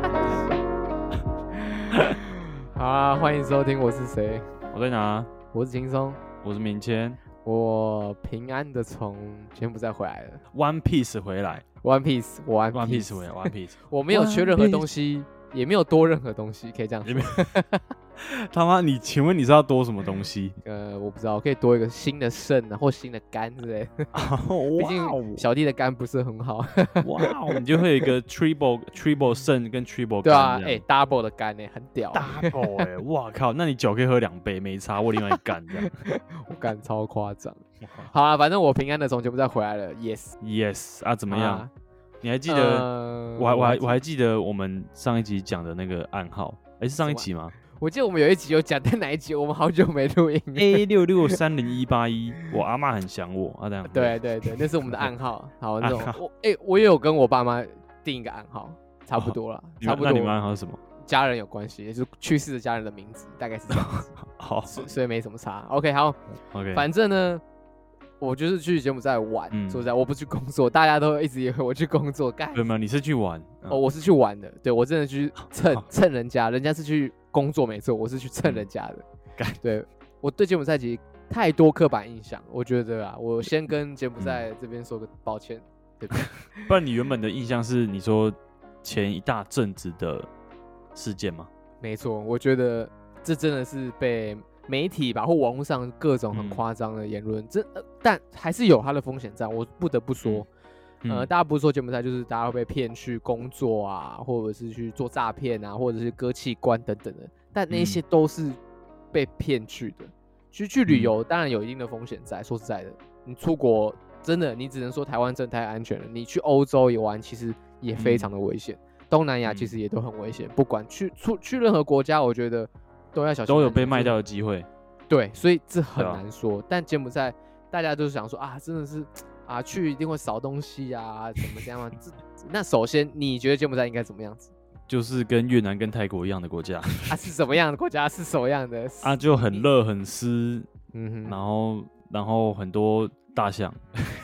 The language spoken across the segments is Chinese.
好啊，欢迎收听，我是谁？ 我在哪？ 我是轻松， 我是明谦。 我平安的从柬埔寨回来了。 One Piece 回来 One Piece， 我 One Piece 回来 One Piece 我没有缺任何东西，也没有多任何东西，可以这样说。 他妈，请问你是要多什么东西？ 我不知道，可以多一个新的肾啊，或新的肝之类的。毕竟小弟的肝不是很好。 哇，你就会有一个 triple 肾跟 triple 肝。 对啊，double 的肝很屌。 double 哇靠，那你酒可以喝2杯，没差，我另外干这样。 我干超夸张。好啊，反正我平安的从柬埔寨回来了 ，yes 啊，怎么样？你还记得？我还记得我们上一集讲的那个暗号，是上一集吗？ 我记得我们有一集有讲，但哪一集我们好久没录音。 A6630181，我阿嬷很想我啊，这样。 对，那是我们的暗号。好，那种我也有跟我爸妈定一个暗号，差不多了，差不多。 那你们暗号是什么？ 家人有关系，也就是去世的家人的名字，大概是这样子。 好， 所以没什么差。OK， 好 ，OK， 反正呢，我就是去柬埔寨玩，说实在，我不去工作，大家都一直以为我去工作干。 没有，你是去玩。 我是去玩的，对我真的去蹭人家，人家是去工作没错，我是去蹭人家的。对，我对柬埔寨其实太多刻板印象，我觉得啊，我先跟柬埔寨这边说个抱歉，对不对？ 不然你原本的印象是你说前一大阵子的事件吗？ 没错，我觉得这真的是被媒体吧或网络上各种很夸张的言论，但还是有它的风险在，我不得不说。大家不是说柬埔寨就是大家会被骗去工作啊，或者是去做诈骗啊，或者是割器官等等的，但那些都是被骗去的。去旅游当然有一定的风险在，说实在的，你出国真的你只能说台湾真的太安全了，你去欧洲也玩其实也非常的危险，东南亚其实也都很危险，不管去任何国家，我觉得都要小心， 都有被卖掉的机会。 对，所以这很难说。但柬埔寨大家都是想说啊，真的是啊，去一定会少东西啊，怎么这样啊？那首先，你觉得柬埔寨应该怎么样子？ 就是跟越南跟泰国一样的国家啊，是什么样的国家？是什么样的啊？就很热很湿，然后很多大象。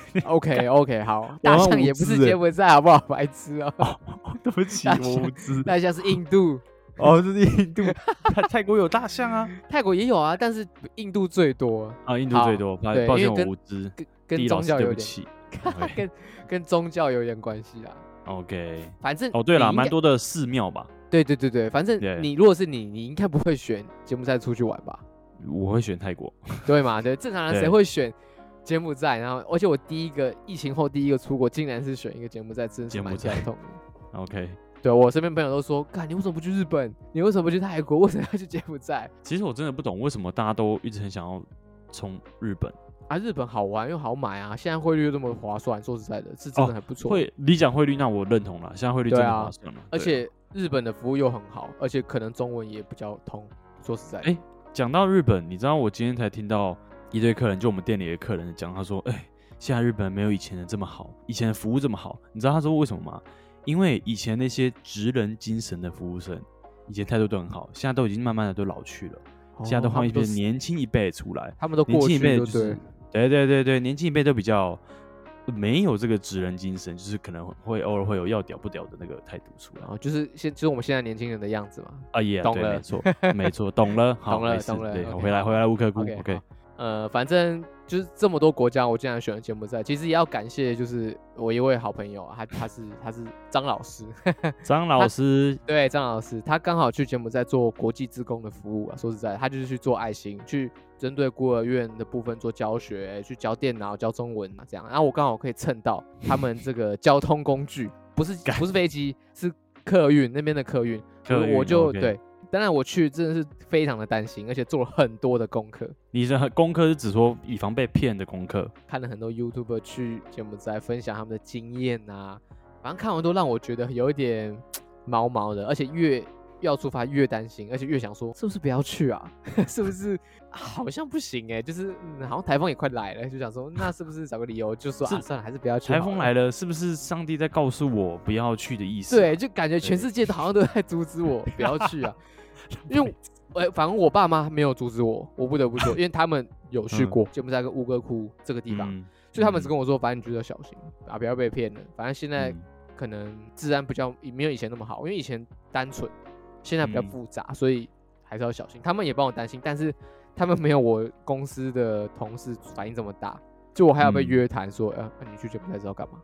OK， 好，大象也不是柬埔寨，好不好？白痴哦。 对不起，我无知。 大象是印度。 这是印度。泰国有大象啊， 泰国也有啊，但是印度最多啊，印度最多。抱歉，我无知。 跟宗教有点，跟宗教有点关系啦。 OK， 反正对啦，蛮多的寺庙吧。 对，反正你如果是你应该不会选柬埔寨出去玩吧？ 我会选泰国。对嘛？对，正常人谁会选柬埔寨？然后，而且我疫情后第一个出国，竟然是选一个柬埔寨，真是蛮跳痛的。 OK， 对我身边朋友都说，干你为什么不去日本？你为什么不去泰国？为什么要去柬埔寨？ 其实我真的不懂为什么大家都一直很想要冲日本。 日本好玩又好买啊！现在汇率又这么划算，说实在的，是真的很不错。 你讲汇率，那我认同了。现在汇率真的划算了， 而且日本的服务又很好，而且可能中文也比较通。说实在的， 讲到日本，你知道我今天才听到一堆客人，就我们店里的客人讲，他说，现在日本没有以前的这么好，以前的服务这么好。你知道他说为什么吗？因为以前那些职人精神的服务生，以前态度都很好，现在都已经慢慢的都老去了，现在都换一批年轻一辈出来， 他们都过去了，就是对，年轻一辈都比较没有这个职人精神，就是可能会偶尔会有要屌不屌的那个态度出来， 就是我们现在年轻人的样子嘛。 懂了，没错，懂了， 懂了。 对，回来乌克姑 ，OK。 反正就是这么多国家，我竟然选了柬埔寨，其实也要感谢就是我一位好朋友啊，他是张老师。 张老师， 对，张老师，他刚好去柬埔寨做国际志工的服务啊。说实在，他就是去做爱心，去针对孤儿院的部分做教学，去教电脑、教中文啊这样。然后我刚好可以蹭到他们这个交通工具，不是飞机，是客运那边的客运，我就对。当然我去真的是非常的担心，而且做了很多的功课。 你的功课是指说以防被骗的功课？ 看了很多 YouTuber 去柬埔寨分享他们的经验啊，反正看完都让我觉得有一点毛毛的，而且越要出发越担心，而且越想说是不是不要去啊？是不是好像不行就是好像台风也快来了，就想说那是不是找个理由就说算了，还是不要去。 台风来了，是不是上帝在告诉我不要去的意思？ 对，就感觉全世界好像都在阻止我不要去啊。因为反正我爸妈没有阻止我不得不说，因为他们有去过柬埔寨跟乌哥窟这个地方，所以他们只跟我说，反正你就要小心啊，不要被骗了。反正现在可能治安比较没有以前那么好，因为以前单纯，现在比较复杂，所以还是要小心。他们也帮我担心，但是他们没有我公司的同事反应这么大。就我还要被约谈说，你去柬埔寨是要干嘛？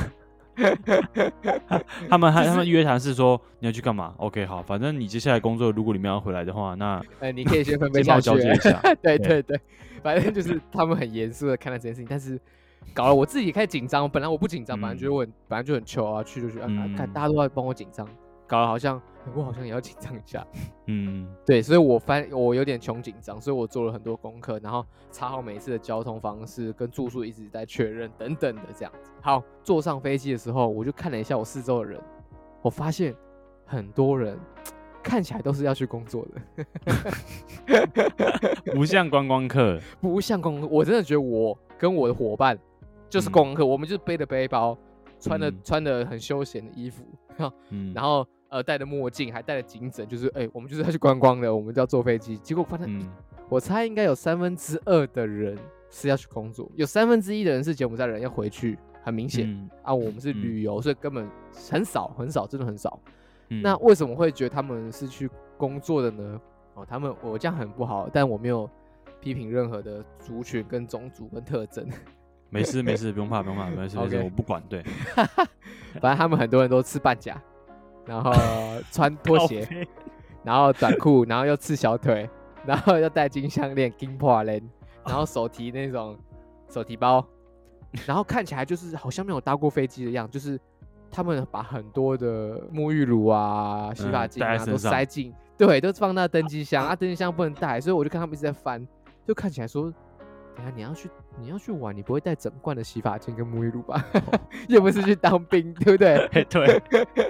他们约谈是说你要去干嘛 ？OK， 好，反正你接下来工作，如果你们要回来的话，那你可以先分配下去， 交接一下。 对，反正就是他们很严肃的看待这件事情，但是搞了我自己也开始紧张。本来我不紧张，本来觉得本来就很糗啊，去就去，看大家都在帮我紧张，搞得好像我好像也要紧张一下。对，所以我有点穷紧张，所以我做了很多功课，然后查好每次的交通方式跟住宿一直在确认等等的这样子。好，坐上飞机的时候，我就看了一下我四周的人，我发现很多人看起来都是要去工作的， 不像观光客， 不像观光客。我真的觉得我跟我的伙伴就是观光客，我们就是背着背包，穿的很休闲的衣服，然后戴着墨镜，还戴着颈枕，就是我们就是要去观光的，我们就要坐飞机。结果发现，我猜应该有2/3的人是要去工作，有1/3的人是柬埔寨人要回去，很明显啊。我们是旅游，所以根本很少，真的很少。那为什么会觉得他们是去工作的呢？我这样很不好，但我没有批评任何的族群、跟种族、跟特征。 没事，不用怕，没事，我不管。对， 反正他们很多人都吃半甲，然后穿拖鞋，然后短裤，然后又刺小腿，然后又戴金项链、金破链，然后手提那种手提包，然后看起来就是好像没有搭过飞机的样子，就是他们把很多的沐浴乳啊、洗发精啊都塞进，对，都放到登机箱啊，登机箱不能带，所以我就看他们一直在翻，就看起来说，等下你要去玩，你不会带整罐的洗发精跟沐浴乳吧？又不是去当兵，对不对？ 对，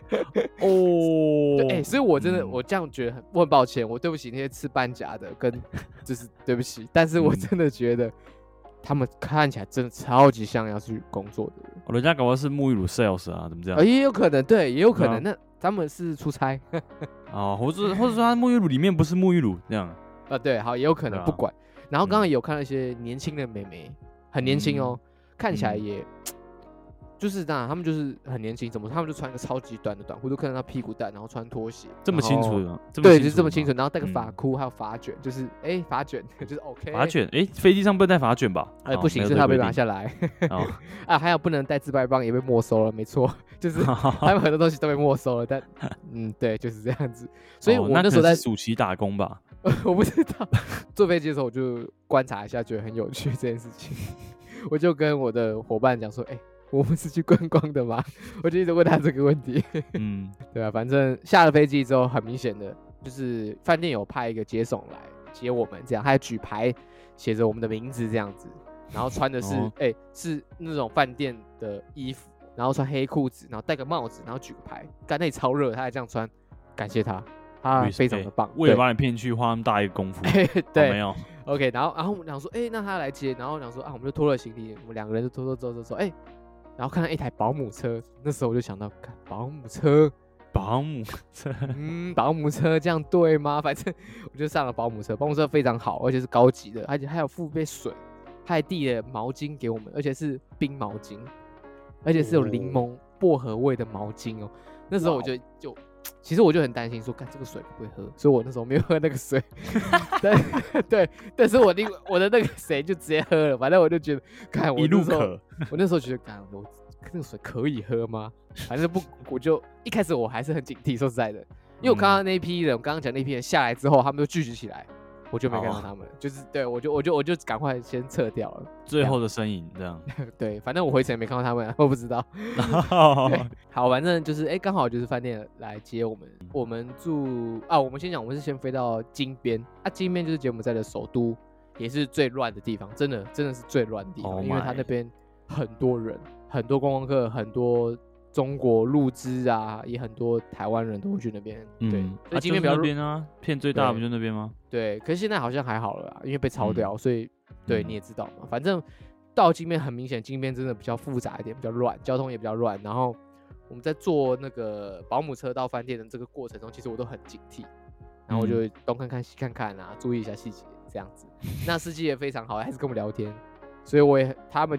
对，所以我真的我这样觉得我很抱歉，我对不起那些吃半甲的，跟就是对不起，但是我真的觉得他们看起来真的超级像要去工作的人。 人家搞的是沐浴乳 sales 啊，怎么这样？ 也有可能，对，也有可能。那他们是出差或者说他沐浴乳里面不是沐浴乳这样对，好，也有可能，不管。然后刚刚也有看到一些年轻的妹妹，很年轻哦，看起来也就是当然他们就是很年轻，怎么他们就穿一个超级短的短裤，都看到他屁股蛋，然后穿拖鞋， 这么清楚的， 对，就是这么清楚，然后戴个发箍，还有发卷，就是发卷就是 OK， 发卷，飞机上不能戴发卷吧？ 不行，所以他被拿下来。还有不能带自拍棒，也被没收了，没错，就是他们很多东西都被没收了，但对，就是这样子。所以我那时候在暑期打工吧。 我不知道，坐飞机的时候我就观察一下，觉得很有趣这件事情。我就跟我的伙伴讲说，我们是去观光的吗？我就一直问他这个问题。对啊，反正下了飞机之后，很明显的就是饭店有派一个接送来接我们，这样，他还举牌写着我们的名字这样子，然后穿的是是那种饭店的衣服，然后穿黑裤子，然后戴个帽子，然后举个牌，干那里超热，他还这样穿，感谢他。他非常的棒， 为了把你骗去花那么大一个功夫， 对， 没有 OK， 然后我们俩说，那他来接，然后讲说我们就拖了行李，我们2个人就拖，然后看到一台保姆车，那时候我就想到，保姆车，保姆车这样对吗？反正我就上了保姆车，保姆车非常好，而且是高级的，而且还有附杯水，他还递了毛巾给我们，而且是冰毛巾，而且是有柠檬薄荷味的毛巾哦。那时候我就其实我就很担心说，这个水不会喝，所以我那时候没有喝那个水。但是我的那个谁就直接喝了，反正我就觉得，我那时候觉得，我那个水可以喝吗？反正我就一开始我还是很警惕，说实在的，因为我看到那一批人，我刚刚讲那批人下来之后，他们就聚集起来。我就没看到他们，就是对我就赶快先撤掉了， 最后的身影这样。 对，反正我回程也没看到他们，我不知道。好，反正就是刚好就是饭店来接我们，我们住我们先讲，我们是先飞到金边金边就是柬埔寨的首都，也是最乱的地方，真的是最乱的地方，因为他那边很多人，很多观光客，很多中国陆资啊，也很多台湾人都会去那边。对，所以金边比较那边啊，骗最大不就那边吗？ 对，可是现在好像还好了啦，因为被抄掉，所以对你也知道嘛。反正到金边很明显，金边真的比较复杂一点，比较乱，交通也比较乱。然后我们在坐那个保姆车到饭店的这个过程中，其实我都很警惕，然后我就东看看西看看啊，注意一下细节这样子。那司机也非常好，还是跟我们聊天，所以他们就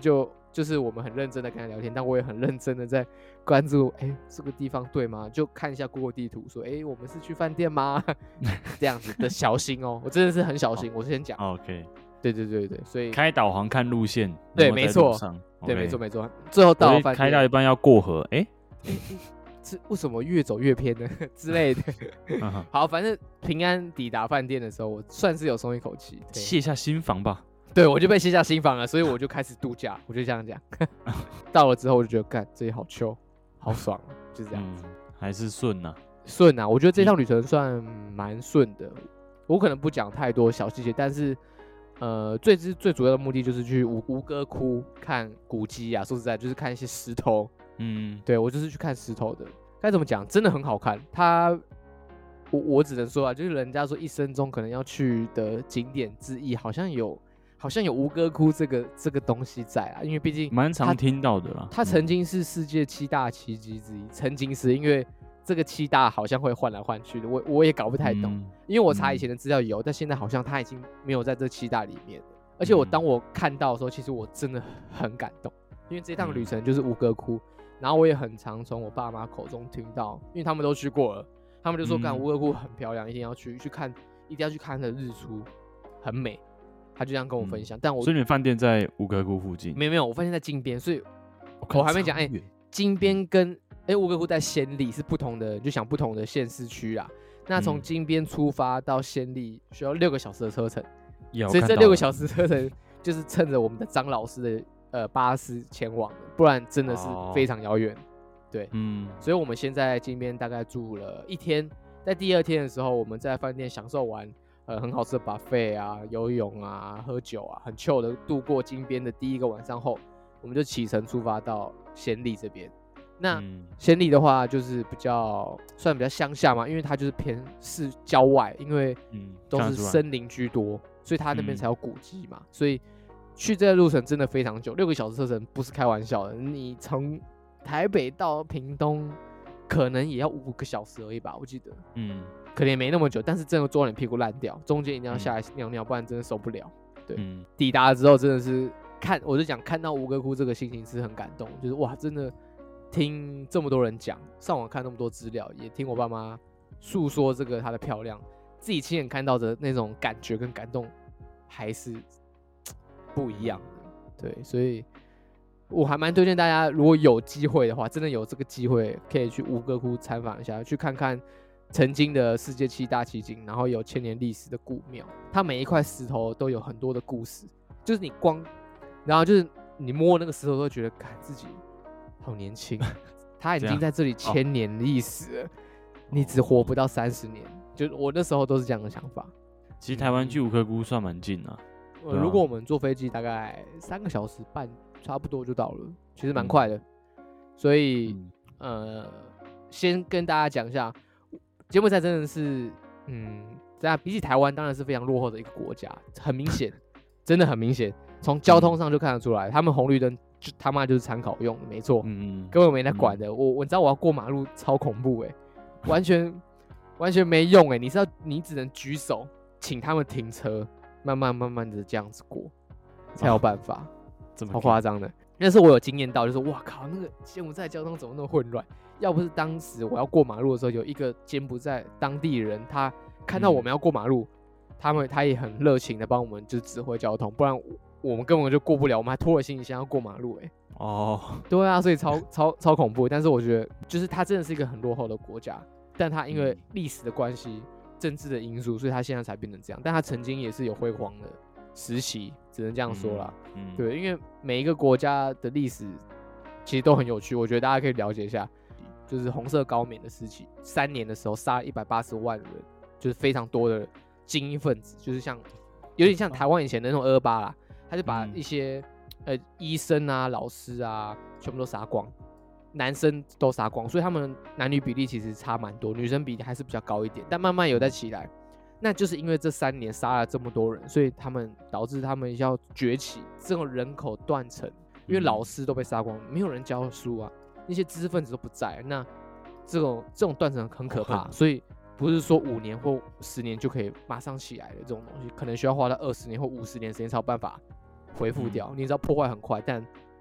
就是我们很认真的跟他聊天，但我也很认真的在关注，这个地方对吗？就看一下 Google 地图，说，我们是去饭店吗？这样子的小心哦，我真的是很小心，我先讲。 OK， 对，所以开导航看路线， 对，没错，对，没错，最后到饭店开到一半要过河， 是为什么越走越偏呢之类的？好，反正平安抵达饭店的时候，我算是有松一口气， 卸下心防吧。 对，我就被卸下心防了，所以我就开始度假，我就这样讲。到了之后，我就觉得干这里好 chill， 好爽，就是这样子。 还是顺啊， 我觉得这趟旅程算蛮顺的。我可能不讲太多小细节，但是最主要的目的就是去吴哥窟看古迹啊。说实在，就是看一些石头。对，我就是去看石头的。该怎么讲，真的很好看。我只能说啊，就是人家说一生中可能要去的景点之一，好像有吴哥窟这个东西在啊，因为毕竟蛮常听到的啦。 它曾经是世界7大奇迹之一，曾经是因为这个7大好像会换来换去的，我也搞不太懂，因为我查以前的资料有，但现在好像它已经没有在这7大里面。而且当我看到的时候，其实我真的很感动，因为这趟旅程就是吴哥窟。然后我也很常从我爸妈口中听到，因为他们都去过了，他们就说干吴哥窟很漂亮，一定要去看，一定要去看它的日出，很美。他就这样跟我分享。但所以你饭店在吴哥窟附近？ 没有，我饭店在金边，所以我还没讲。金边跟吴哥窟在暹粒是不同的，就想不同的县市区啦。那从金边出发到暹粒需要6个小时的车程，所以这6个小时车程就是趁着我们的张老师的巴士前往的，不然真的是非常遥远。对，所以我们先在金边大概住了1天，在第2天的时候，我们在饭店享受完很好吃的 buffet 啊、游泳啊、喝酒啊，很 chill 的度过金边的第1个晚上后，我们就启程出发到暹粒这边。那暹粒的话，就是算比较乡下嘛，因为它就是偏是郊外，因为都是森林居多，所以它那边才有古迹嘛，所以去这个路程真的非常久，6个小时车程不是开玩笑的。你从台北到屏东可能也要5个小时而已吧，我记得。可能也没那么久，但是真的坐你屁股烂掉，中间一定要下来尿尿，不然真的受不了。对，抵达了之后真的是我就讲看到吴哥窟这个心情是很感动，就是哇，真的听这么多人讲，上网看那么多资料，也听我爸妈诉说这个它的漂亮，自己亲眼看到的那种感觉跟感动还是不一样的。对，所以我还蛮推荐大家，如果有机会的话，真的有这个机会可以去吴哥窟参访一下，去看看曾经的世界7大奇景，然后有1000年历史的古庙，它每一块石头都有很多的故事，就是你然后就是你摸那个石头都会觉得，看自己好年轻，他已经在这里1000年历史了，你只活不到30年，就我那时候都是这样的想法。 其实台湾去吴哥窟算蛮近啊， 如果我们坐飞机大概3个小时半，差不多就到了，其实蛮快的。所以先跟大家讲一下，柬埔寨真的是，比起台湾当然是非常落后的一个国家，很明显，真的很明显，从交通上就看得出来，他们红绿灯就他妈就是参考用的，没错，根本没在管的。我知道我要过马路超恐怖完全没用你只能举手请他们停车，慢慢的这样子过，才有办法，超夸张的。那时候我有经验到，就是哇靠，那个柬埔寨交通怎么那么混乱？要不是当时我要过马路的时候，有一个柬埔寨当地人，他看到我们要过马路，他也很热情的帮我们就指挥交通，不然我们根本就过不了，我们还拖了行李箱要过马路对啊，所以超恐怖。但是我觉得，就是它真的是一个很落后的国家，但它因为历史的关系、政治的因素，所以它现在才变成这样。但它曾经也是有辉煌的时期，只能这样说啦。对，因为每一个国家的历史其实都很有趣，我觉得大家可以了解一下。就是红色高棉的时期，3年的时候杀了180万人，就是非常多的精英分子，就是有点像台湾以前的那种228啦，他就把一些医生啊、老师啊全部都杀光，男生都杀光，所以他们男女比例其实差蛮多，女生比例还是比较高一点，但慢慢有在起来。那就是因为这3年杀了这么多人，所以导致他们要崛起，这种人口断层，因为老师都被杀光，没有人教书啊。那些知识分子都不在，那这种断层很可怕，所以不是说5年或10年就可以马上起来的这种东西，可能需要花到20年或50年时间才有办法恢复掉。你知道破坏很快，但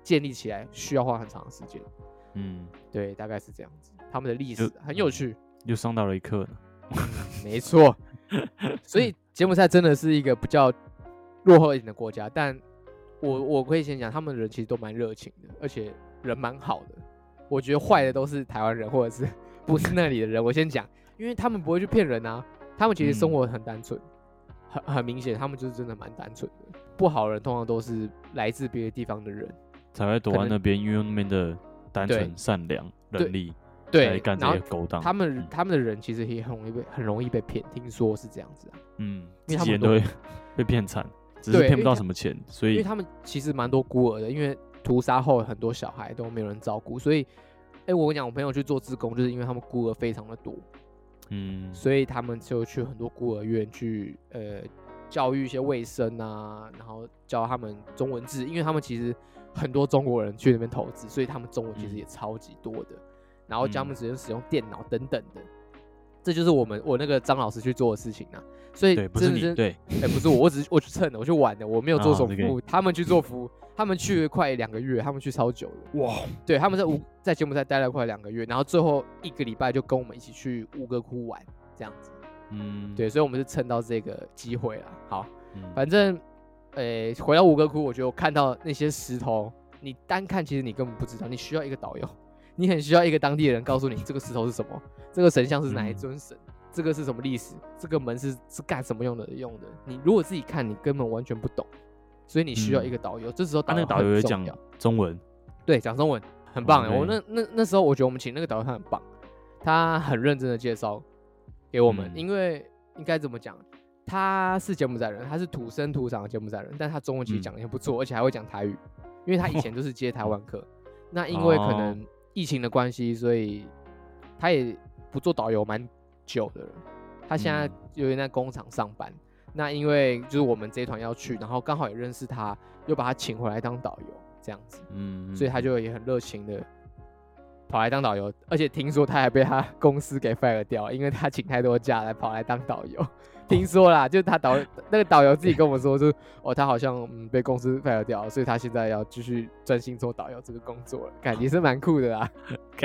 建立起来需要花很长的时间。对，大概是这样子。他们的历史很有趣， 又上到了一课呢。 没错，所以柬埔寨真的是一个比较落后一点的国家，但我可以先讲，他们的人其实都蛮热情的，而且人蛮好的。我觉得坏的都是台湾人或者是不是那里的人。我先讲，因为他们不会去骗人啊，他们其实生活很单纯，很明显，他们就是真的蛮单纯的。不好的人通常都是来自别的地方的人才会躲在那边，因为那边的单纯、善良、人力。 对， 干这些勾当， 他们的人其实也很容易被骗，听说是这样子啊。 因为他们都会被骗惨，只是骗不到什么钱，所以因为他们其实蛮多孤儿的，因为屠杀后很多小孩都没有人照顾，所以，我跟你讲，我朋友去做志工，就是因为他们孤儿非常的多，所以他们就去很多孤儿院去教育一些卫生啊，然后教他们中文字，因为他们其实很多中国人去那边投资，所以他们中文其实也超级多的。然后教他们使用电脑等等的，这就是我那个张老师去做的事情啊。所以不是你对， 不是我去蹭的，我去玩的，我没有做什么服务，他们去做服务，他们去了快2个月，他们去超久的。哇！对，他们在柬埔寨待了快2个月，然后最后1个礼拜就跟我们一起去吴哥窟玩，这样子。对，所以我们是蹭到这个机会了。好，反正回到吴哥窟，我觉得我看到那些石头，你单看其实你根本不知道，你需要一个导游。你很需要一个当地的人告诉你这个石头是什么，这个神像是哪一尊神，这个是什么历史，这个门是干什么用的。你如果自己看，你根本完全不懂，所以你需要一个导游。这时候那个导游也讲中文， 对，讲中文很棒。我那时候我觉得我们请那个导游他很棒，他很认真的介绍给我们，因为应该怎么讲，他是柬埔寨人，他是土生土长的柬埔寨人，但他中文其实讲的也不错，而且还会讲台语，因为他以前就是接台湾课。那因为可能疫情的关系，所以他也不做导游蛮久的了。他现在有点在工厂上班。那因为就是我们这一团要去，然后刚好也认识他，又把他请回来当导游，这样子。所以他就也很热情的跑来当导游，而且听说他还被他公司给 fire 掉，因为他请太多假来跑来当导游。听说啦，就是那个导游自己跟我们说，就是他好像被公司 fire 掉，所以他现在要继续专心做导游这个工作了。感觉是蛮酷的啦。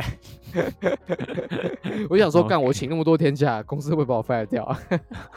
我想说，我请那么多天假，公司会不会把我 fire 掉啊？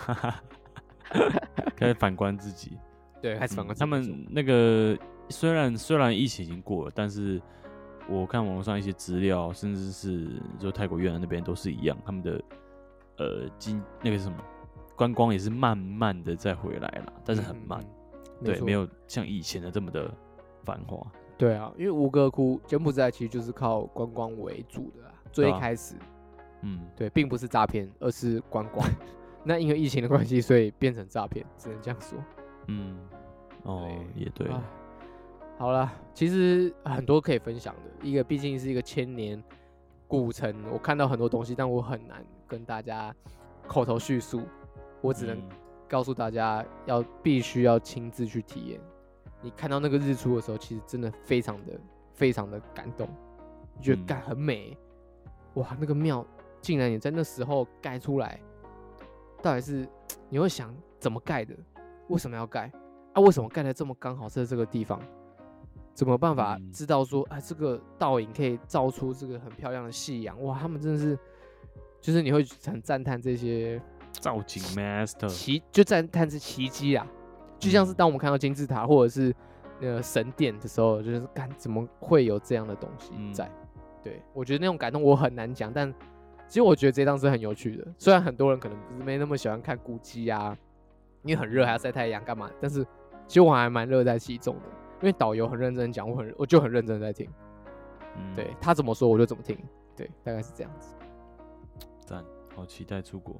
开始反观自己。 对，开始反观自己。 他们那个虽然疫情已经过了，但是我看网络上一些资料，甚至是就泰国越南那边都是一样，他们的那个是什么？观光也是慢慢的再回来啦，但是很慢，对，没有像以前的这么的繁华。 对啊，因为吴哥窟柬埔寨其实就是靠观光为主的啦，最开始，对，并不是诈骗，而是观光。那因为疫情的关系，所以变成诈骗，只能这样说。 也对。 好啦，其实很多可以分享的，一个毕竟是一个1000年古城，我看到很多东西，但我很难跟大家口头叙述。我只能告诉大家，必须要亲自去体验。你看到那个日出的时候，其实真的非常的感动，你觉得很美。哇，那个庙竟然也在那时候盖出来，到底是你会想怎么盖的？为什么要盖？为什么盖的这么刚好是在这个地方？怎么办法知道说，这个倒影可以照出这个很漂亮的夕阳？哇，他们真的是，就是你会很赞叹这些。 造景 master 就赞叹是奇迹啊，就像是当我们看到金字塔或者是那个神殿的时候，就是怎么会有这样的东西在？对，我觉得那种感动我很难讲，但其实我觉得这张是很有趣的。虽然很多人可能不是没那么喜欢看古迹啊，因为很热还要晒太阳干嘛，但是其实我还蛮乐在其中的，因为导游很认真讲，我就很认真在听。对，他怎么说我就怎么听，对，大概是这样子。 赞。好期待出国，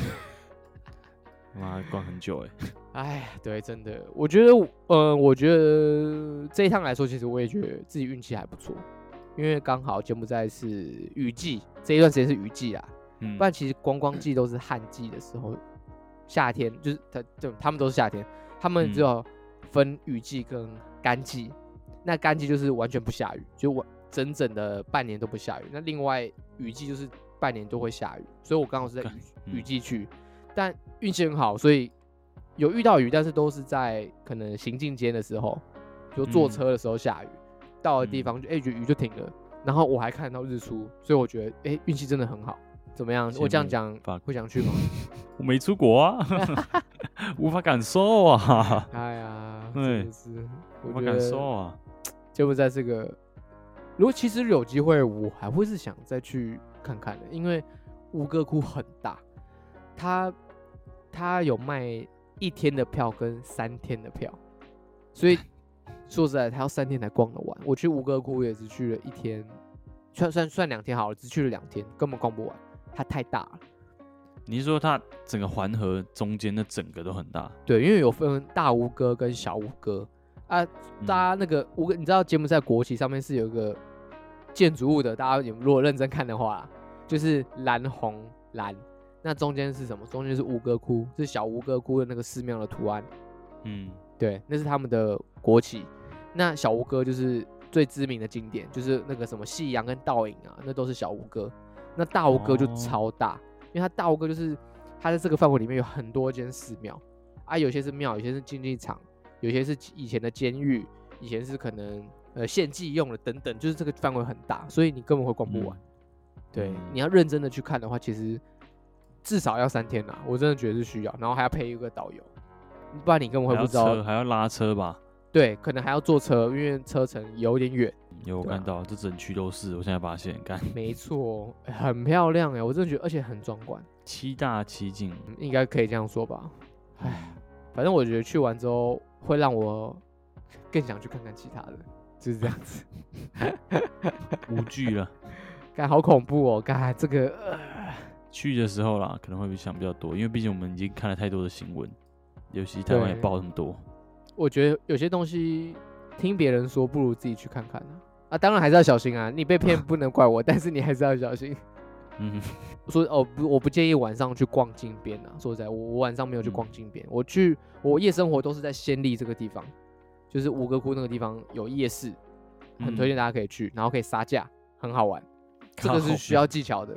妈逛很久对，真的，我觉得这一趟来说，其实我也觉得自己运气还不错，因为刚好柬埔寨是雨季，这一段时间是雨季啦，不然其实观光季都是旱季的时候，夏天就是他们都是夏天，他们只有分雨季跟干季，那干季就是完全不下雨，就整整的半年都不下雨，那另外雨季就是半年都会下雨，所以我刚好是在雨季去，但运气很好，所以有遇到雨，但是都是在可能行进间的时候，就坐车的时候下雨， 到的地方就雨就停了，然后我还看到日出，所以我觉得运气真的很好。怎么样？我这样讲会想去吗？ 我没出国啊，无法感受啊。 哎呀， 对， 真的是， 无法感受啊。 柬埔寨这个，如果其实有机会，我还会是想再去看看的，因为吴哥窟很大，它有卖1天的票跟3天的票，所以说实在，他要3天才逛得完。我去吴哥窟也只去了1天，算2天好了，只去了2天，根本逛不完，它太大了。 你是说它整个环河中间的整个都很大？ 对，因为有分大吴哥跟小吴哥啊。大家那个吴哥，你知道柬埔寨国旗上面是有一个建筑物的，大家如果认真看的话，就是蓝红蓝。那中间是什么？中间是吴哥窟，是小吴哥窟的那个寺庙的图案。对，那是他们的国旗。那小吴哥就是最知名的景点，就是那个什么夕阳跟倒影啊，那都是小吴哥。那大吴哥就超大，因为它大吴哥就是它在这个范围里面有很多间寺庙啊，有些是庙，有些是竞技场，有些是以前的监狱，以前是可能献祭用的等等，就是这个范围很大，所以你根本会逛不完。对，你要认真的去看的话，其实至少要3天啦，我真的觉得是需要，然后还要配一个导游，不然你根本会不知道。 还要拉车吧？ 对，可能还要坐车，因为车程有点远。 有看到，这整区都是，我现在发现，干。 没错，很漂亮我真的觉得，而且很壮观 ，7大奇景， 应该可以这样说吧。反正我觉得去完之后会让我更想去看看其他的，就是这样子。 无惧了， 干好恐怖哦！干这个去的时候啦，可能会想比较多，因为毕竟我们已经看了太多的新闻，尤其台湾也报那么多。 我觉得有些东西听别人说，不如自己去看看啊！当然还是要小心啊！你被骗不能怪我，但是你还是要小心。说我不建议晚上去逛金边啊。说实在，我晚上没有去逛金边，我夜生活都是在暹粒这个地方，就是吴哥窟那个地方有夜市，很推荐大家可以去，然后可以杀价，很好玩。这个是需要技巧的。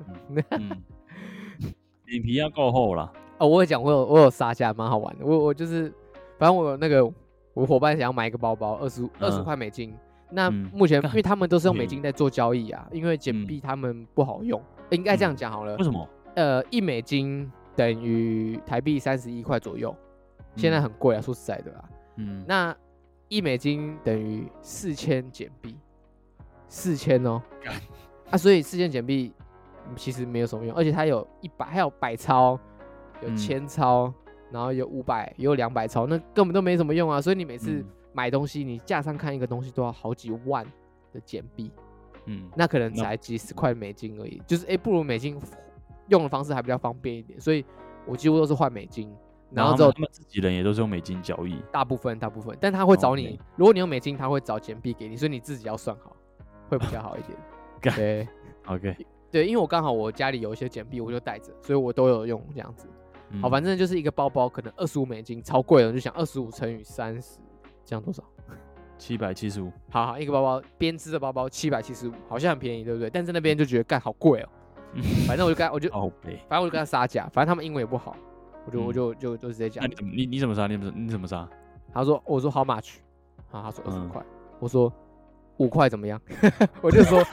脸皮要够厚啦。 我有讲，我有杀价，蛮好玩的。我就是，反正我有那个我伙伴想要买一个包包，25块美金。那目前因为他们都是用美金在做交易啊，因为柬币他们不好用，应该这样讲好了。 为什么 ？1美金等于台币31块左右，现在很贵啊，说实在的啦。那1美金等于4000柬币，4000哦。所以4000柬币其实没有什么用，而且它有100，还有百钞，有1000钞，然后有500，也有200钞，那根本都没什么用啊。所以你每次买东西，你架上看一个东西都要好几万的柬币，那可能才几十块美金而已，就是不如美金用的方式还比较方便一点，所以我几乎都是换美金，然后之后他们自己人也都是用美金交易， 大部分，但他会找你，如果你用美金，他会找柬币给你，所以你自己要算好，会比较好一点。对 ，OK， 对，因为我刚好我家里有一些柬币，我就带着，所以我都有用这样子。好，反正就是一个包包，可能25美金，超贵了，就想25乘以30，这样多少 ？775。 好，一个包包编织的包包775，好像很便宜，对不对？但是那边就觉得干好贵哦。反正我就反正我就跟他杀价，反正他们英文也不好，我就直接讲。 你怎么杀？你怎么杀？ 我说 how much？ 他说25块，我说5块怎么样？我就说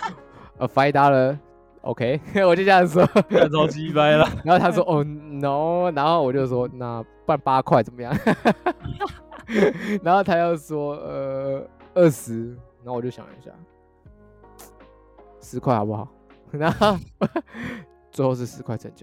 $5，OK， 我就这样说， 超鸡掰了。 然后他说哦 no， 然后我就说那不然8块怎么样？然后他又说20，然后我就想了一下，10块好不好？然后最后是10块成交。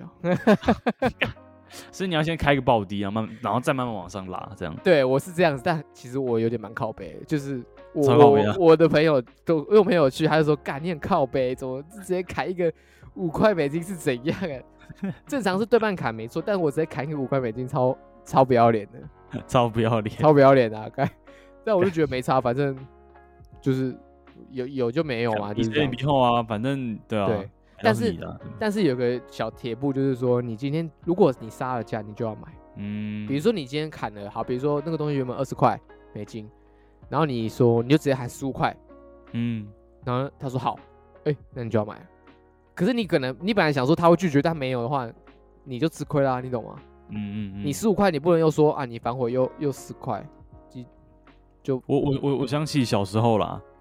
所以你要先开个爆低啊，然后再慢慢往上拉，这样。 对，我是这样子，但其实我有点蛮靠北，就是我的朋友都，因为我朋友去，他就说干你很靠北，怎么直接砍一个5块美金是怎样啊？正常是对半砍没错，但我直接砍一个5块美金，超不要脸的， 超不要脸， 超不要脸啊！但我就觉得没差，反正就是有就没有嘛，就是这样。 以后啊，反正对啊。对， 但是有个小铁步，就是说你今天如果你杀了价，你就要买。比如说你今天砍了，好，比如说那个东西原本20块美金，然后你说你就直接喊15块，然后他说好，那你就要买。可是你本来想说他会拒绝，但没有的话，你就吃亏啦，你懂吗？你15块，你不能又说啊，你反悔又10块，就我想起小时候啦，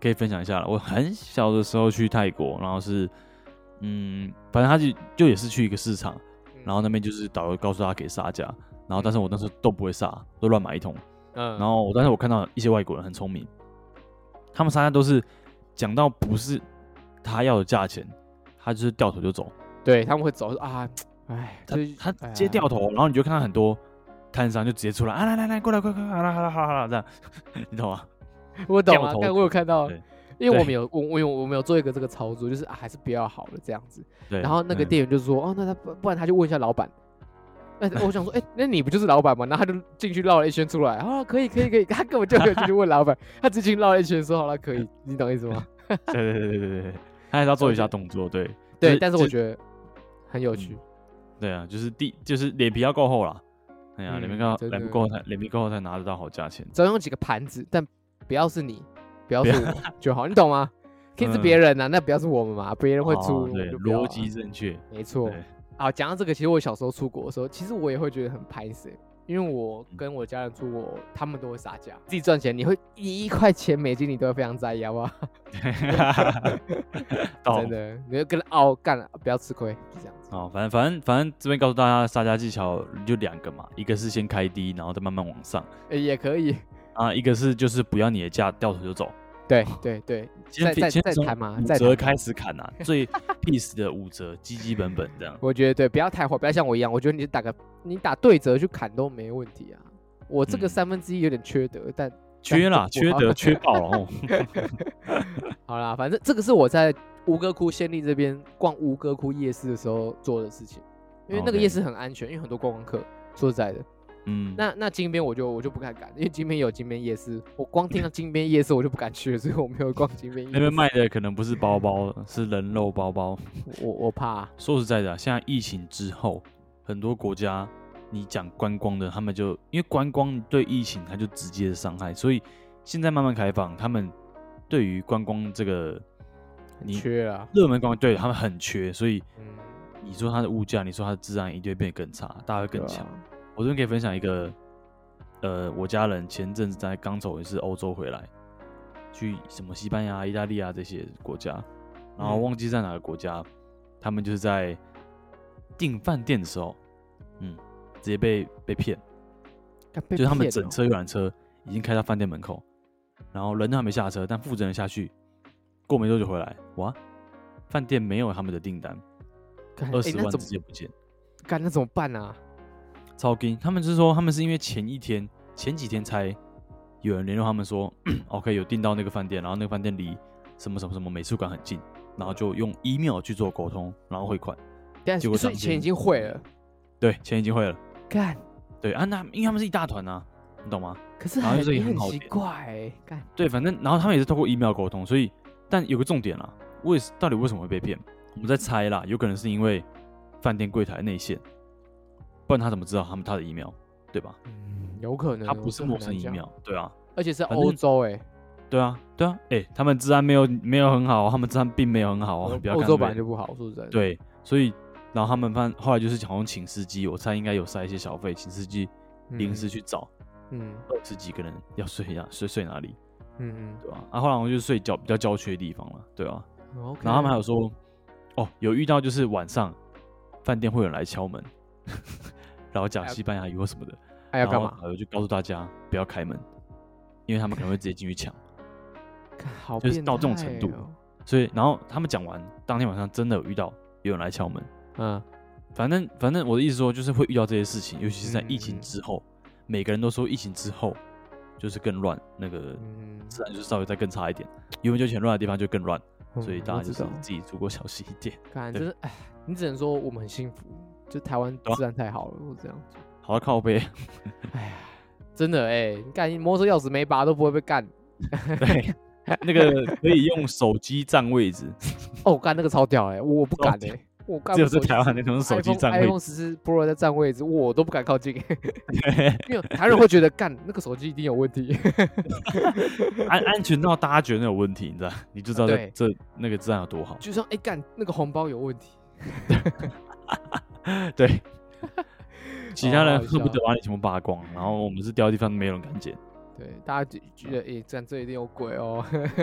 可以分享一下了。我很小的时候去泰国，然后是反正他就也是去一个市场，然后那边就是导游告诉他可以杀价，然后但是我那时候都不会杀，都乱买一通。然后但是我看到一些外国人很聪明，他们杀价都是讲到不是他要的价钱，他就是掉头就走。 对，他们会走啊，哎， 他直接掉头，然后你就看到很多摊商就直接出来啊，来过来，快好啦这样，你懂吗？ 我懂啊，我有看到，因为我们有做一个这个操作，就是还是比较好的这样子。然后那个店员就说，那他不然他就问一下老板。我想说，那你不就是老板吗？然后他就进去绕了一圈出来，可以，他根本就没有进去问老板，他只进去绕了一圈说好了可以，你懂意思吗？ 对，他还是要做一下动作，对， 但是我觉得很有趣。 对啊，就是脸皮要够厚啦。哎呀，脸皮够厚才拿得到好价钱。 只要用几个盘子，但不要是你，不要是我就好，你懂吗？可以是别人啊，那不要是我们嘛，别人会出， 对，逻辑正确， 没错。好，讲到这个，其实我小时候出国的时候，其实我也会觉得很拍死，因为我跟我家人出国，他们都会撒价，自己赚钱，你会1块钱美金，你都会非常在意，好不好？真的，你就跟他傲干了，不要吃亏，就这样子。 反正这边告诉大家杀价技巧就2个嘛，一个是先开低，然后再慢慢往上， 也可以啊，一个是就是不要你的价掉头就走。 对，先谈嘛，再 5折开始砍啊，最 peace 的5折，基本这样。 我觉得对，不要太坏，不要像我一样，我觉得你打对折去砍都没问题啊。我这个1/3有点缺德，但缺德缺爆了。 好啦，反正这个是我在吴哥窟暹粒这边逛吴哥窟夜市的时候做的事情，因为那个夜市很安全，因为很多观光客，说实在的。那金边我就不敢赶，因为金边有金边夜市，我光听到金边夜市我就不敢去了，所以我没有逛金边夜市。 那边卖的可能不是包包，是人肉包包。 我怕。 说实在的，现在疫情之后，很多国家你讲观光的，他们就因为观光对疫情它就直接的伤害，所以现在慢慢开放，他们对于观光这个缺啊， 热门观光对他们很缺，所以你说它的物价，你说它的治安一定会变得更差，大家会更强。我这边可以分享一个，我家人前阵子刚走一次欧洲回来，去什么西班牙、意大利啊这些国家，然后忘记在哪个国家，他们就是在订饭店的时候，直接被骗，就是他们整车游览车已经开到饭店门口，然后人都还没下车，但负责人下去，过没多久回来，哇，饭店没有他们的订单，20万直接不见， 那怎么办啊？ 超惊！他们是说，他们是因为前几天才有人联络他们说，OK 有订到那个饭店，然后那个饭店离什么美术馆很近，然后就用 email 去做沟通，然后汇款。结果所以钱已经汇了。 对，钱已经汇了。 干。 对啊，那因为他们是一大团啊，你懂吗？ 可是很奇怪干。 对，反正然后他们也是透过 email 沟通，所以但有个重点啦，到底为什么会被骗？我们在猜啦，有可能是因为饭店柜台内线。不然他怎么知道他的 email， 对吧？ 有可能， 他不是陌生 email， 对啊， 而且是欧洲对啊，他们治安没有很好，他们治安并没有很好啊， 欧洲本来就不好，说实在的。 对，所以然后他们后来就是好像请司机，我猜应该有塞一些小费，请司机临时去找，20几个人要睡哪里，对吧？后来我就睡比较郊区的地方了，对啊。然后他们还有说，有遇到就是晚上饭店会有人来敲门。然后讲西班牙语或什么的， 要干嘛？ 我就告诉大家不要开门，因为他们可能会直接进去抢， 好， 就是到这种程度。所以，然后他们讲完，当天晚上真的有遇到有人来敲门。反正我的意思说，就是会遇到这些事情，尤其是在疫情之后，每个人都说疫情之后就是更乱，那个自然就是稍微再更差一点，原本就很乱的地方就更乱，所以大家就是自己出国小心一点。 真是，你只能说我们很幸福。就台湾治安太好了，我这样子。 好靠背。 哎呀，真的干摩托车钥匙没拔都不会被干。 对，那个可以用手机占位置。 干那个超屌我不敢我干。 只有在台湾那种手机占位置。 iPhone 14 Pro 在占位置，我都不敢靠近。因为台人会觉得干那个手机一定有问题。 安全到大家觉得有问题，你知道？你就知道这那个治安有多好。 就像干那个红包有问题。 对，其他人恨不得把你全部扒光，然后我们是掉地方没有人敢捡。 对，大家觉得这一定有鬼哦。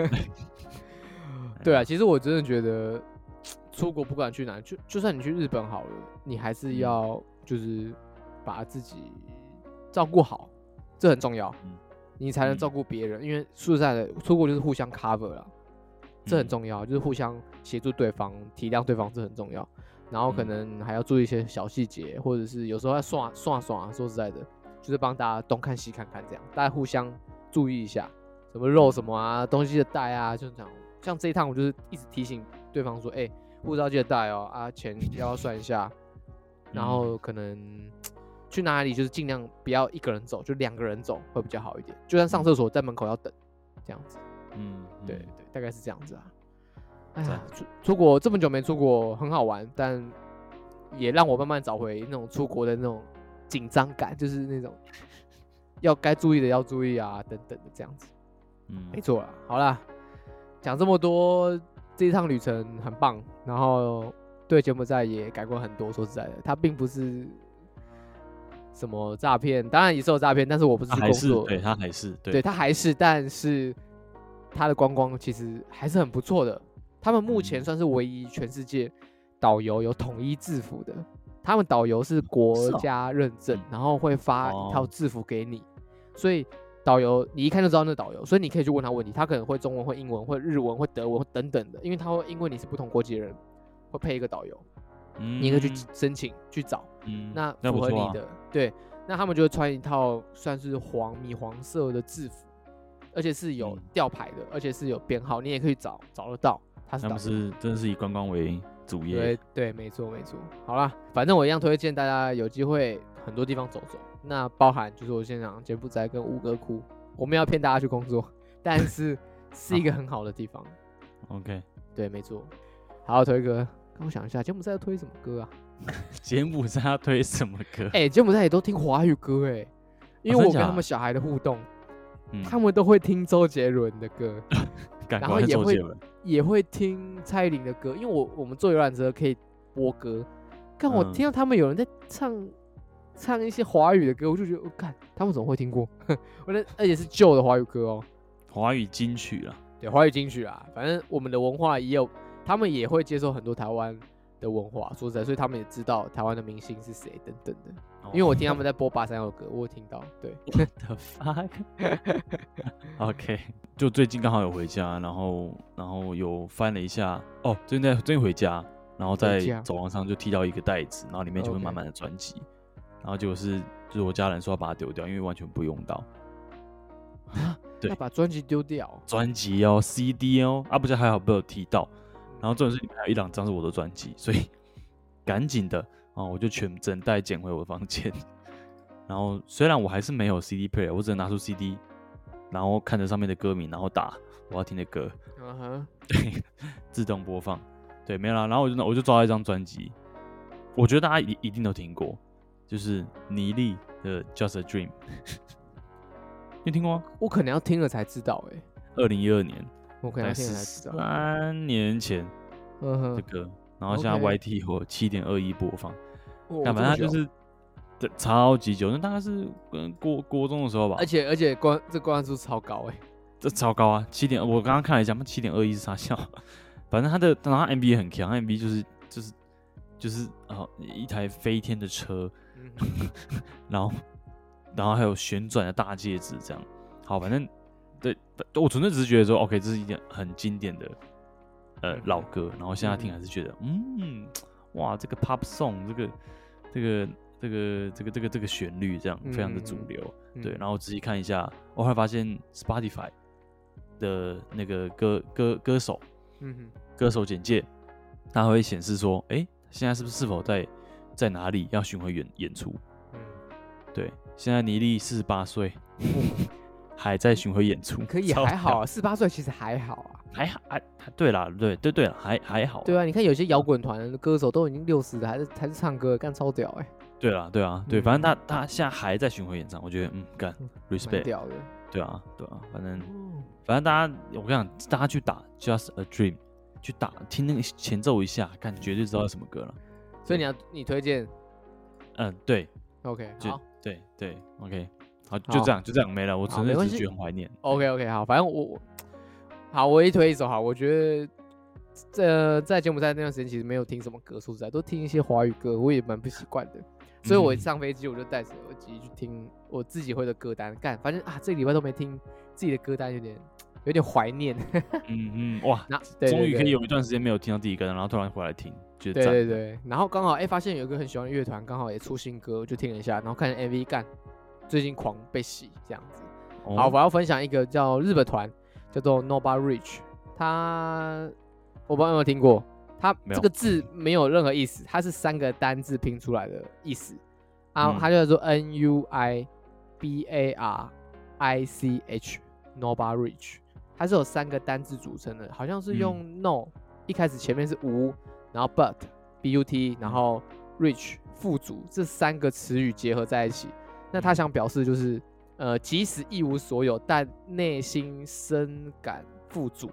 对啊，其实我真的觉得出国不管去哪，就算你去日本好了，你还是要就是把自己照顾好，这很重要，你才能照顾别人。因为说实在的，出国就是互相 cover 啦，这很重要，就是互相协助对方、体谅对方，这很重要。然后可能还要注意一些小细节，或者是有时候要耍。说实在的，就是帮大家东看西看看，这样大家互相注意一下，什么肉什么啊，东西的带啊，就这样。像这一趟我就是一直提醒对方说，护照记得带哦，啊，钱要算一下，然后可能去哪里就是尽量不要一个人走，就2个人走会比较好一点。就算上厕所在门口要等，这样子。对，大概是这样子啊。哎呀，出国这么久没出国，很好玩，但也让我慢慢找回那种出国的那种紧张感，就是那种要该注意的要注意啊，等等的这样子。没错啦。好啦，讲这么多，这一趟旅程很棒，然后对柬埔寨也改观很多。说实在的，它并不是什么诈骗，当然也是有诈骗，但是我不是工作， 对，它还是， 对，它还是，但是它的观光其实还是很不错的。他们目前算是唯一全世界导游有统一制服的，他们导游是国家认证，然后会发一套制服给你，所以导游你一看就知道那是导游，所以你可以去问他问题，他可能会中文、会英文、会日文、会德文等等的，因为他会因为你是不同国籍的人，会配一个导游，你可以去申请去找，那符合你的，对，那他们就会穿一套算是米黄色的制服，而且是有吊牌的，而且是有编号，你也可以找得到。 他们是真的是以观光为主业， 对，没错。好啦，反正我一样推荐大家有机会很多地方走走，那包含就是我先讲柬埔寨跟吴哥窟，我们要骗大家去工作，但是是一个很好的地方。 OK， 对，没错。好，推歌，让我想一下，柬埔寨要推什么歌啊？ 柬埔寨要推什么歌？ 柬埔寨也都听华语歌因为我跟他们小孩的互动，他们都会听周杰伦的歌。然后也会听蔡依林的歌，因为我们坐游览车可以播歌，看我听到他们有人在唱一些华语的歌，我就觉得，看他们怎么会听过？而且是旧的华语歌哦， 华语金曲啦， 对，华语金曲啊，反正我们的文化也有，他们也会接受很多台湾的文化，说实在，所以他们也知道台湾的明星是谁等等的。因为我听他们在播83首歌，我有听到。对 ，What the fuck？OK， 就最近刚好有回家，然后有翻了一下，最近回家，然后在走廊上就踢到一个袋子，然后里面就会满满的专辑，然后就是我家人说要把它丢掉，因为完全不用到。 对，要把专辑丢掉？ 专辑CD 不是还好被我踢到，然后重点是里面还有1-2张是我的专辑，所以赶紧的。我就整袋捡回我的房间，然后虽然我还是没有 CD player， 我只能拿出 CD， 然后看着上面的歌名，然后打我要听的歌，对，自动播放，对，没有啦。然后我就抓到一张专辑，我觉得大家一定都听过，就是倪莉的 Just a Dream， 你听过吗？ 我可能要听了才知道 2012年， 我可能要听了才知道 ，3年前的歌。然后现在 YT 有7.21播放，反正它就是超级久，那大概是国中的时候吧。 而且这关注超高这超高啊！7.2，我刚刚看了一下，7.21是啥笑？反正它 MV 也很强，MV 就是一台飞天的车，然后还有旋转的大戒指这样。好，反正对我纯粹只是觉得说 ，OK， 这是一件很经典的。老歌，然后现在听还是觉得，哇，这个 pop song， 这个旋律这样非常的主流，对。然后仔细看一下，我还发现 Spotify 的那个歌手，歌手简介，它会显示说，现在是否在哪里要巡回演出？对，现在倪莉48岁。还在巡回演出， 可以还好啊，48岁其实还好啊， 还好啊，对啦，对了，还好， 对啊，你看有些摇滚团的歌手都已经60了，还是唱歌，干超屌对啊，对，反正他现在还在巡回演唱，我觉得干 respect， 屌的， 对啊，反正大家，我跟你讲，大家去打 Just a Dream， 去打听那个前奏一下，看绝对知道是什么歌了。 所以你推荐， 对 ，OK， 好， 对 ，OK， 好，就这样没了。我纯粹只是觉得很怀念。 OK， 好，反正我一推一首好，我觉得在柬埔寨那段时间其实没有听什么歌，说实在都听一些华语歌，我也蛮不习惯的。所以我一上飞机我就戴着耳机去听我自己会的歌单，发现这个礼拜都没听自己的歌单，有点怀念。 哇，终于可以有一段时间没有听到自己歌单，然后突然回来听，觉得赞。 对，然后刚好发现有一个很喜欢的乐团，刚好也出新歌，就听了一下，然后看见 MV 干，最近狂被洗这样子。好，我要分享一个叫日本团，叫做 Nova Rich， 我不知道有没有听过。它这个字没有任何意思，它是3个单字拼出来的意思啊，它就叫做 NUIBARICH Nova Rich， 它是有3个单字组成的，好像是用 No 一开始前面是无，然后 But 然后 Rich 富足这3个词语结合在一起，那他想表示就是即使一无所有，但内心深感富足。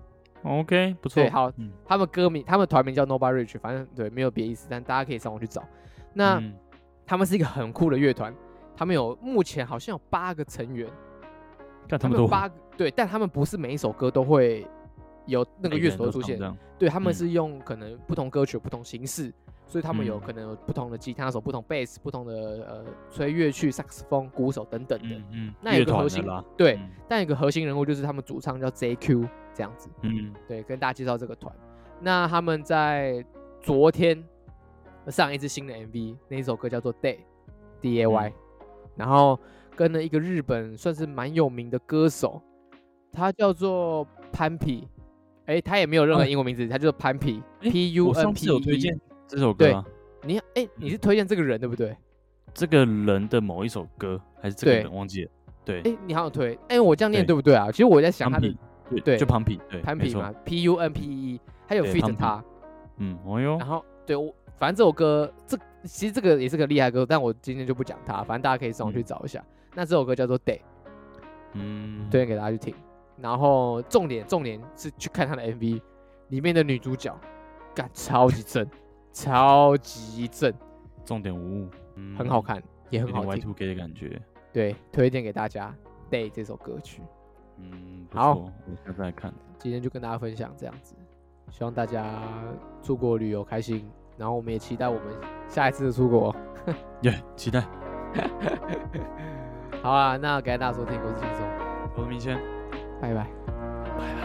OK， 不错。 对，好，他们团名叫 Nova Rich， 反正对没有别意思，但大家可以上网去找。那他们是一个很酷的乐团，他们目前好像有8个成员， 看他们都 8个，对，但他们不是每一首歌都会有那个乐手出现，对，他们是用可能不同歌曲不同形式，所以他们有可能有不同的吉他手、不同贝斯、不同的吹乐器、萨克斯风、鼓手等等的。那有个核心，对，但有个核心人物就是他们主唱叫 JQ 这样子。对，跟大家介绍这个团。那他们在昨天上一支新的 MV， 那一首歌叫做 Day， 然后跟了一个日本算是蛮有名的歌手，他叫做潘皮。他也没有任何英文名字，他就是潘皮 ，P-U-N-P-E。 我上次有推荐这首歌啊。 你是推荐这个人对不对？ 这个人的某一首歌，还是这个人忘记了？对。 你好像推，我这样念对不对啊？其实我在想他的， 对，就潘皮，对， 潘皮嘛 ，P-U-N-P-E， 还有 feat 他。然后对，反正这首歌，其实这个也是个厉害歌，但我今天就不讲它，反正大家可以上网去找一下。那这首歌叫做 Day， 推荐给大家去听。然后重点是去看他的 MV， 里面的女主角，干超级正，超级正， 重点无误， 很好看，也很好听 ，Y2K 的感觉。 对，推荐给大家 Day 这首歌曲。 好，我下次来看。 今天就跟大家分享这样子，希望大家出国旅游开心，然后我们也期待我们下一次的出国。 期待。 好啊，那感谢大家收听，我是轻松， 我是明谦。 拜拜。 拜拜。